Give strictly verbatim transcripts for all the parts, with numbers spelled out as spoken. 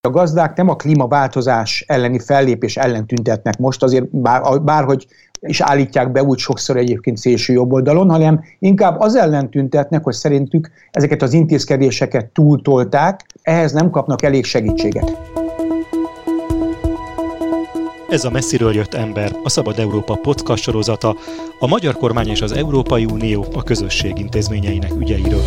A gazdák nem a klímaváltozás elleni fellépés ellen tüntetnek most, azért bár, bárhogy is állítják be úgy sokszor egyébként szélső jobb oldalon, hanem inkább az ellen tüntetnek, hogy szerintük ezeket az intézkedéseket túltolták, ehhez nem kapnak elég segítséget. Ez a Messziről jött ember, a Szabad Európa podcast sorozata, a magyar kormány és az Európai Unió a közösség intézményeinek ügyeiről.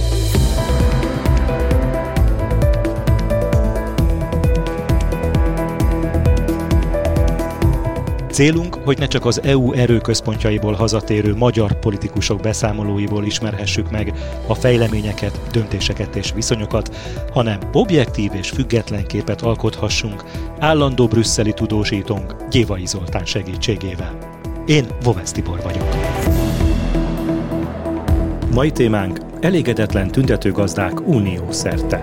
Célunk, hogy ne csak az é u erőközpontjaiból hazatérő magyar politikusok beszámolóiból ismerhessük meg a fejleményeket, döntéseket és viszonyokat, hanem objektív és független képet alkothassunk állandó brüsszeli tudósítónk Gyévai Zoltán segítségével. Én Vovesz Tibor vagyok. Mai témánk: elégedetlen tüntetőgazdák unió szerte.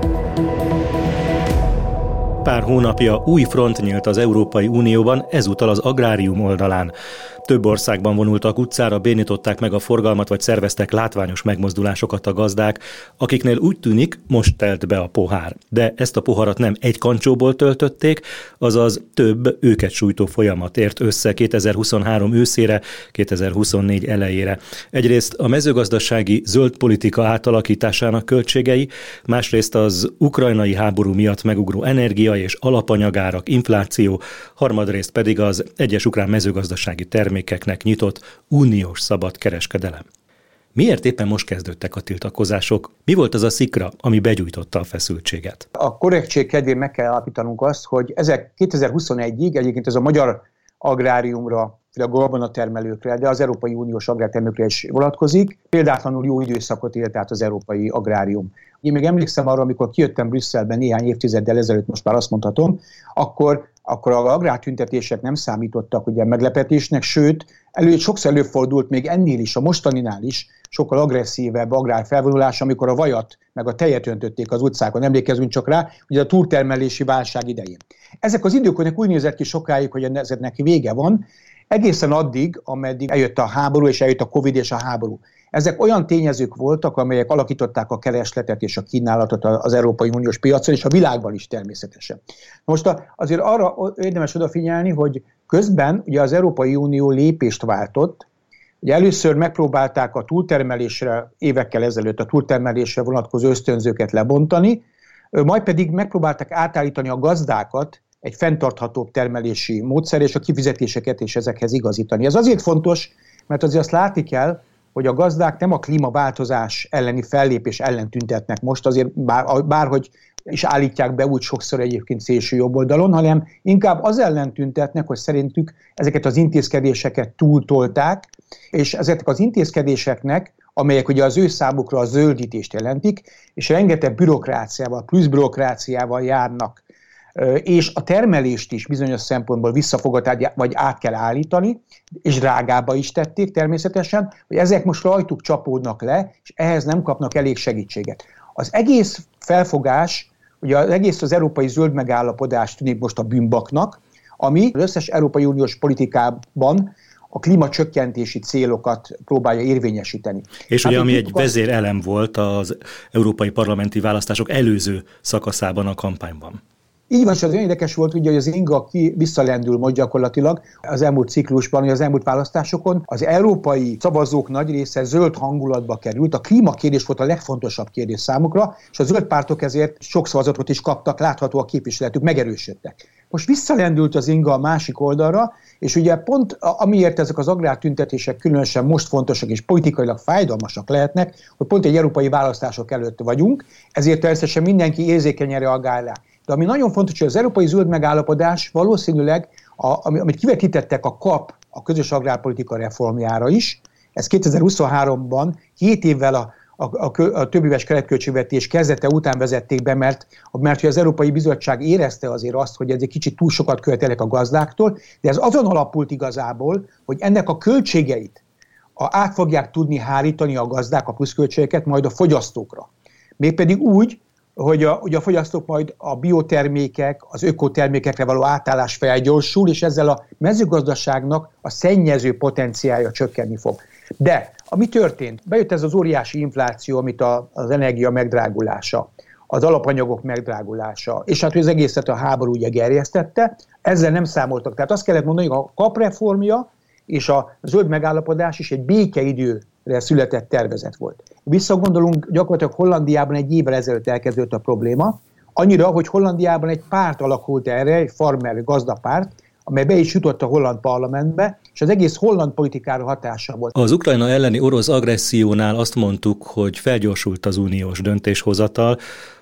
Pár hónapja új front nyílt az Európai Unióban, ezúttal az agrárium oldalán. Több országban vonultak utcára, bénították meg a forgalmat, vagy szerveztek látványos megmozdulásokat a gazdák, akiknél úgy tűnik, most telt be a pohár. De ezt a poharat nem egy kancsóból töltötték, azaz több őket sújtó folyamat ért össze kétezer-huszonhárom őszére, kétezer-huszonnégy elejére. Egyrészt a mezőgazdasági zöld politika átalakításának költségei, másrészt az ukrajnai háború miatt megugró energia és alapanyagárak, infláció, harmadrészt pedig az egyes ukrán mezőgazdasági termékeknek nyitott uniós szabad kereskedelem. Miért éppen most kezdődtek a tiltakozások? Mi volt az a szikra, ami begyújtotta a feszültséget? A korrektség kedvéért meg kell állapítanunk azt, hogy ezek kétezer-huszonegyig egyébként ez a magyar agráriumra, a gabonatermelőkre, de az Európai Uniós agrártermelőkre is vonatkozik. Példátlanul jó időszakot élt át az európai agrárium. Én még emlékszem arra, amikor kijöttem Brüsszelben néhány évtizeddel ezelőtt, most már azt mondhatom, akkor, akkor az agrártüntetések nem számítottak ugye meglepetésnek, sőt, elő, sokszor előfordult még ennél is, a mostaninál is sokkal agresszívebb agrárfelvonulás, amikor a vajat meg a tejet öntötték az utcákon. Emlékezzünk csak rá, ugye a túltermelési válság idején. Ezek az időknek úgy nézett ki sokáig, hogy ezeknek vége van, egészen addig, ameddig eljött a háború, és eljött a Covid és a háború. Ezek olyan tényezők voltak, amelyek alakították a keresletet és a kínálatot az Európai Uniós piacon, és a világban is természetesen. Most azért arra érdemes odafigyelni, hogy közben ugye az Európai Unió lépést váltott. Ugye először megpróbálták a túltermelésre, évekkel ezelőtt a túltermelésre vonatkozó ösztönzőket lebontani, majd pedig megpróbálták átállítani a gazdákat egy fenntarthatóbb termelési módszer, és a kifizetéseket is ezekhez igazítani. Ez azért fontos, mert azért azt látni kell, hogy a gazdák nem a klímaváltozás elleni fellépés ellen tüntetnek most, azért bár, bárhogy is állítják be úgy sokszor egyébként szélső jobb oldalon, hanem inkább az ellen tüntetnek, hogy szerintük ezeket az intézkedéseket túltolták, és ezek az intézkedéseknek, amelyek ugye az ő számukra a zöldítést jelentik, és rengeteg bürokráciával, plusz bürokráciával járnak, és a termelést is bizonyos szempontból visszafogatják, vagy át kell állítani, és drágába is tették természetesen, hogy ezek most rajtuk csapódnak le, és ehhez nem kapnak elég segítséget. Az egész felfogás, ugye az egész az európai zöld megállapodás tűnik most a bűnbaknak, ami az összes Európai Uniós politikában a klímacsökkentési célokat próbálja érvényesíteni. És hát ugye, ami egy vezérelem volt az európai parlamenti választások előző szakaszában a kampányban. Így van, és az olyan érdekes volt, ugye, hogy az inga ki visszalendül most gyakorlatilag az elmúlt ciklusban, az elmúlt választásokon. Az európai szavazók nagy része zöld hangulatba került, a klímakérdés volt a legfontosabb kérdés számukra, és a zöld pártok ezért sok szavazatot is kaptak, látható a képviseletük, megerősödtek. Most visszalendült az inga a másik oldalra, és ugye pont amiért ezek az agrártüntetések különösen most fontosak és politikailag fájdalmasak lehetnek, hogy pont egy európai választások előtt vagyunk, ezért természetesen mindenki érzékenyen reagál rá. De ami nagyon fontos, hogy az európai zöld megállapodás valószínűleg, a, amit kivetítettek a kap a közös agrárpolitika reformjára is, ez kétezer-huszonháromban, hét évvel a, a, a, a többéves keretköltségvetés kezdete után vezették be, mert, mert hogy az Európai Bizottság érezte azért azt, hogy ez egy kicsit túl sokat követelek a gazdáktól, de ez azon alapult igazából, hogy ennek a költségeit a, át fogják tudni hárítani a gazdák, a pluszköltségeket majd a fogyasztókra. Mégpedig úgy, hogy a, hogy a fogyasztók majd a biotermékek, az ökotermékekre való átállás felgyorsul, és ezzel a mezőgazdaságnak a szennyező potenciálja csökkenni fog. De ami történt? Bejött ez az óriási infláció, amit a, az energia megdrágulása, az alapanyagok megdrágulása, és hát az egészet a háború ugye gerjesztette, ezzel nem számoltak. Tehát azt kellett mondani, hogy a kapreformja és a zöld megállapodás is egy békeidőre született tervezet volt. Visszagondolunk, gyakorlatilag Hollandiában egy évvel ezelőtt elkezdődött a probléma, annyira, hogy Hollandiában egy párt alakult erre, egy farmer gazdapárt, amely be is jutott a holland parlamentbe, és az egész holland politikára hatása volt. Az Ukrajna elleni orosz agressziónál azt mondtuk, hogy felgyorsult az uniós döntéshozatal,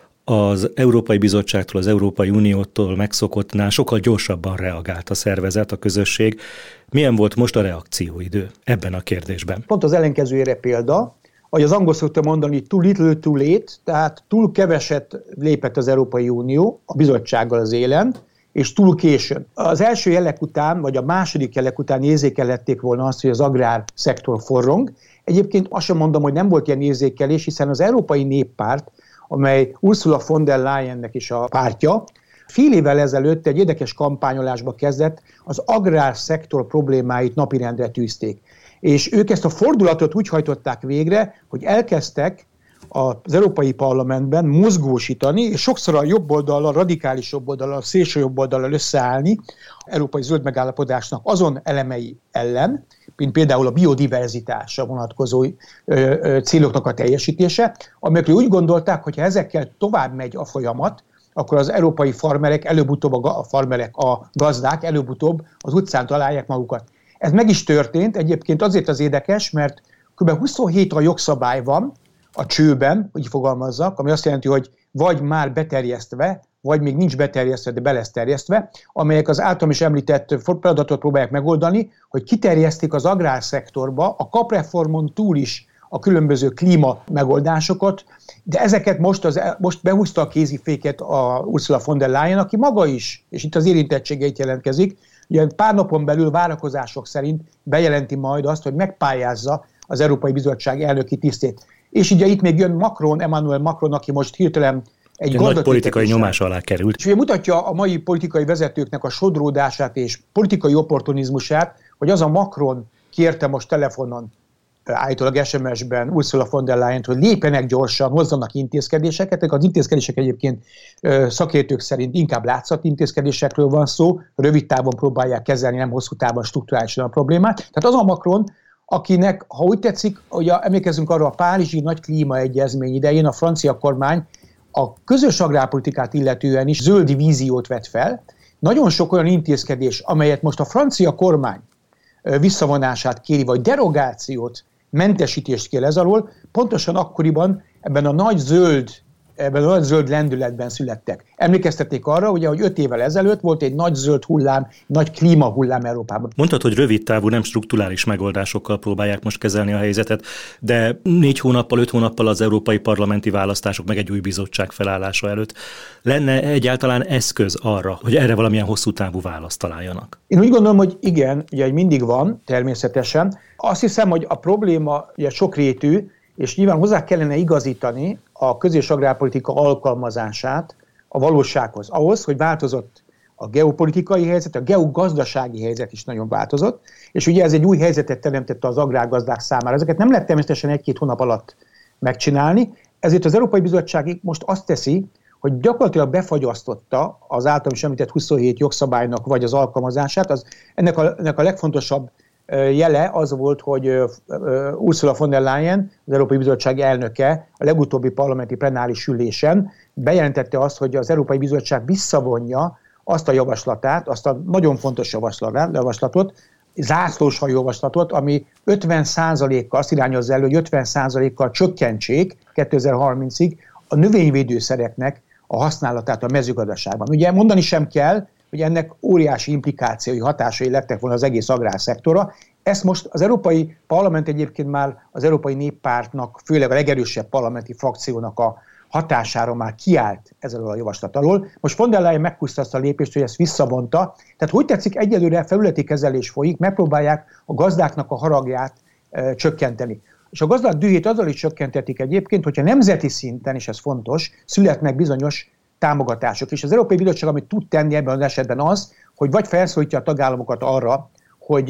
az Európai Bizottságtól, az Európai Uniótól megszokottnál sokkal gyorsabban reagált a szervezet, a közösség. Milyen volt most a reakcióidő ebben a kérdésben? Pont az ellenkezőjére példa, ahogy az angol szokta mondani, too little, too late, tehát túl keveset lépett az Európai Unió a bizottsággal az élen, és túl későn. Az első jelek után, vagy a második jelek után érzékelhették volna azt, hogy az agrárszektor forrong. Egyébként azt sem mondom, hogy nem volt ilyen érzékelés, hiszen az Európai Néppárt, amely Ursula von der Leyennek is a pártja, fél évvel ezelőtt egy érdekes kampányolásba kezdett, az agrárszektor problémáit napirendre tűzték. És ők ezt a fordulatot úgy hajtották végre, hogy elkezdtek az Európai Parlamentben mozgósítani, és sokszor a jobb oldallal, a radikális jobb oldallal, a szélső jobb oldallal összeállni az európai zöld megállapodásnak azon elemei ellen, mint például a biodiverzitásra vonatkozó céloknak a teljesítése, amelyekről úgy gondolták, hogy ha ezekkel tovább megy a folyamat, akkor az európai farmerek, előbb-utóbb a farmerek, a gazdák előbb-utóbb az utcán találják magukat. Ez meg is történt, egyébként azért az érdekes, mert kb. huszonhét a jogszabály van a csőben, hogy fogalmazzak, ami azt jelenti, hogy vagy már beterjesztve, vagy még nincs beterjesztve, de be lesz terjesztve, amelyek az általam is említett feladatot próbálják megoldani, hogy kiterjesztik az agrárszektorba a kapreformon túl is a különböző klíma megoldásokat, de ezeket most, az, most behúzta a kéziféket a Ursula von der Leyen, aki maga is, és itt az érintettségeit jelentkezik, ugye pár napon belül várakozások szerint bejelenti majd azt, hogy megpályázza az Európai Bizottság elnöki tisztét. És ugye itt még jön Macron, Emmanuel Macron, aki most hirtelen egy nagy politikai nyomás alá került. És ugye mutatja a mai politikai vezetőknek a sodródását és politikai opportunizmusát, hogy az a Macron kérte most telefonon, állítólag es em es-ben Ursula von der Leyent, hogy lépjenek gyorsan, hozzanak intézkedéseket. Az intézkedések egyébként szakértők szerint inkább látszat intézkedésekről van szó, rövid távon próbálják kezelni, nem hosszú távon strukturálisan a problémát. Tehát az a Macron, akinek, ha úgy tetszik, ugye emlékezzünk arra a Párizsi nagy klímaegyezmény idején a francia kormány a közös agrárpolitikát illetően is zöldi víziót vett fel. Nagyon sok olyan intézkedés, amelyet most a francia kormány visszavonását kéri, vagy derogációt, mentesítést kér ez alól, pontosan akkoriban ebben a nagy zöld, ebben a nagy zöld lendületben születtek. Emlékeztették arra, ugye, hogy öt évvel ezelőtt volt egy nagy zöld hullám, nagy klímahullám Európában. Mondtad, hogy rövid távú, nem strukturális megoldásokkal próbálják most kezelni a helyzetet, de négy hónappal, öt hónappal az európai parlamenti választások, meg egy új bizottság felállása előtt lenne egyáltalán eszköz arra, hogy erre valamilyen hosszú távú választ találjanak? Én úgy gondolom, hogy igen, ugye mindig van, természetesen. Azt hiszem, hogy a probléma ugye sokrétű, és nyilván hozzá kellene igazítani a közös agrárpolitika alkalmazását a valósághoz. Ahhoz, hogy változott a geopolitikai helyzet, a geogazdasági helyzet is nagyon változott, és ugye ez egy új helyzetet teremtette az agrárgazdák számára. Ezeket nem lehet természetesen egy-két hónap alatt megcsinálni, ezért az Európai Bizottság most azt teszi, hogy gyakorlatilag befagyasztotta az általam is említett huszonhét jogszabálynak vagy az alkalmazását. Az, ennek, a, ennek a legfontosabb jele az volt, hogy Ursula von der Leyen, az Európai Bizottság elnöke a legutóbbi parlamenti plenáris ülésen bejelentette azt, hogy az Európai Bizottság visszavonja azt a javaslatát, azt a nagyon fontos javaslatot, zászlóshajó javaslatot, ami ötven százalékkal, azt irányozza elő, hogy ötven százalékkal csökkentsék kétezer-harmincig a növényvédőszereknek a használatát a mezőgazdaságban. Ugye mondani sem kell, hogy ennek óriási implikációi, hatásai lettek volna az egész agrárszektorra. Ezt most az Európai Parlament egyébként már az Európai Néppártnak, főleg a legerősebb parlamenti frakciónak a hatására már kiállt ezzel a javaslat alól. Most von der Leyen meghúzta azt a lépést, hogy ezt visszavonta. Tehát hogy tetszik, egyelőre felületi kezelés folyik, megpróbálják a gazdáknak a haragját e, csökkenteni. És a gazdák dühét azzal is csökkentetik egyébként, hogyha nemzeti szinten, és ez fontos, születnek bizonyos támogatások. És az Európai Bizottság, amit tud tenni ebben az esetben az, hogy vagy felszólítja a tagállamokat arra, hogy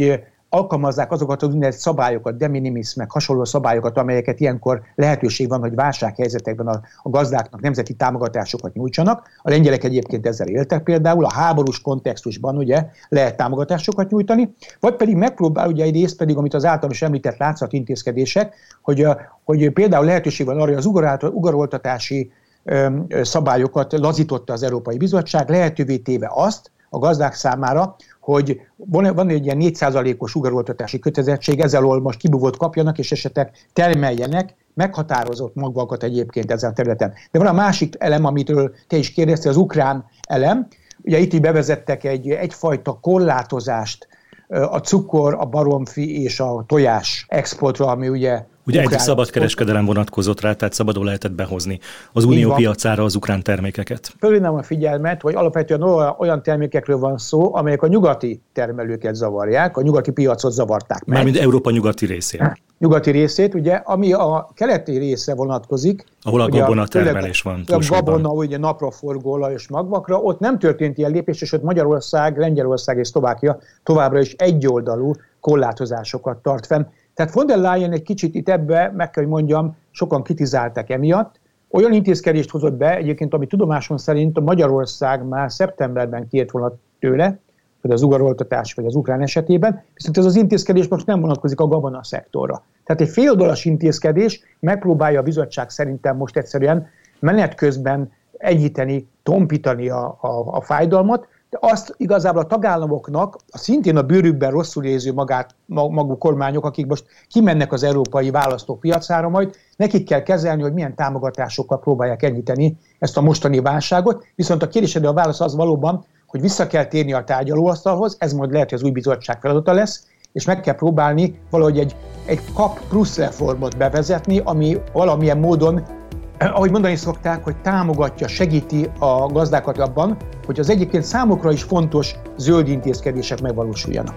alkalmazzák azokat az úgynevezett szabályokat, de minimis, meg hasonló szabályokat, amelyeket ilyenkor lehetőség van, hogy válsághelyzetekben a, a gazdáknak nemzeti támogatásokat nyújtsanak. A lengyelek egyébként ezzel éltek például, a háborús kontextusban ugye lehet támogatásokat nyújtani, vagy pedig megpróbál ugye egy rész pedig, amit az általam is említett látszatintézkedések, hogy, hogy például lehetőség van arra, hogy az ugaroltatási szabályokat lazította az Európai Bizottság, lehetővé téve azt a gazdák számára, hogy van, van egy ilyen négy százalékos ugaroltatási kötelezettség, ezzel ahol most kibúvót kapjanak, és esetleg termeljenek, meghatározott magvakat egyébként ezen a területen. De van a másik elem, amitől te is kérdeztél, az ukrán elem. Ugye itt így bevezettek egy, egyfajta korlátozást a cukor, a baromfi és a tojás exportra, ami ugye Ugye egy szabad kereskedelem vonatkozott rá, tehát szabadon lehetett behozni az unió piacára az ukrán termékeket. Fölhívnám a figyelmet, hogy alapvetően olyan termékekről van szó, amelyek a nyugati termelőket zavarják, a nyugati piacot zavarták meg. Mármint Európa nyugati részét. Nyugati részét, ugye, ami a keleti része vonatkozik. Ahol a gabona termelés van. A gabona, ugye napraforgó olajos magvakra, ott nem történt ilyen lépés, és ott Magyarország, Lengyelország és Szlovákia továbbra is egyoldalú korlátozásokat tart fenn. Tehát von der Leyen egy kicsit itt ebbe, meg kell, hogy mondjam, sokan kritizálták emiatt. Olyan intézkedést hozott be, egyébként, ami tudomásom szerint a Magyarország már szeptemberben kért volna tőle, vagy az ugaroltatás, vagy az ukrán esetében, viszont ez az intézkedés most nem vonatkozik a gabona szektorra. Tehát egy féloldalas intézkedés megpróbálja a bizottság szerintem most egyszerűen menet közben enyhíteni, tompítani a, a, a fájdalmat, de azt igazából a tagállamoknak, a szintén a bőrükben rosszul érző magát, magú kormányok, akik most kimennek az európai választópiacára majd, nekik kell kezelni, hogy milyen támogatásokkal próbálják enyhíteni ezt a mostani válságot. Viszont a kérdésedre a válasz az valóban, hogy vissza kell térni a tárgyalóasztalhoz, ez majd lehet, hogy az új bizottság feladata lesz, és meg kell próbálni valahogy egy, egy kap plusz reformot bevezetni, ami valamilyen módon, ahogy mondani szokták, hogy támogatja, segíti a gazdákat abban, hogy az egyébként számukra is fontos zöld intézkedések megvalósuljanak.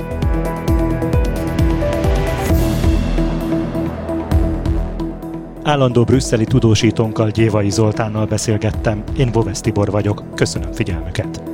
Állandó brüsszeli tudósítónkkal, Gyévai Zoltánnal beszélgettem. Én Bovesz Tibor vagyok. Köszönöm figyelmüket!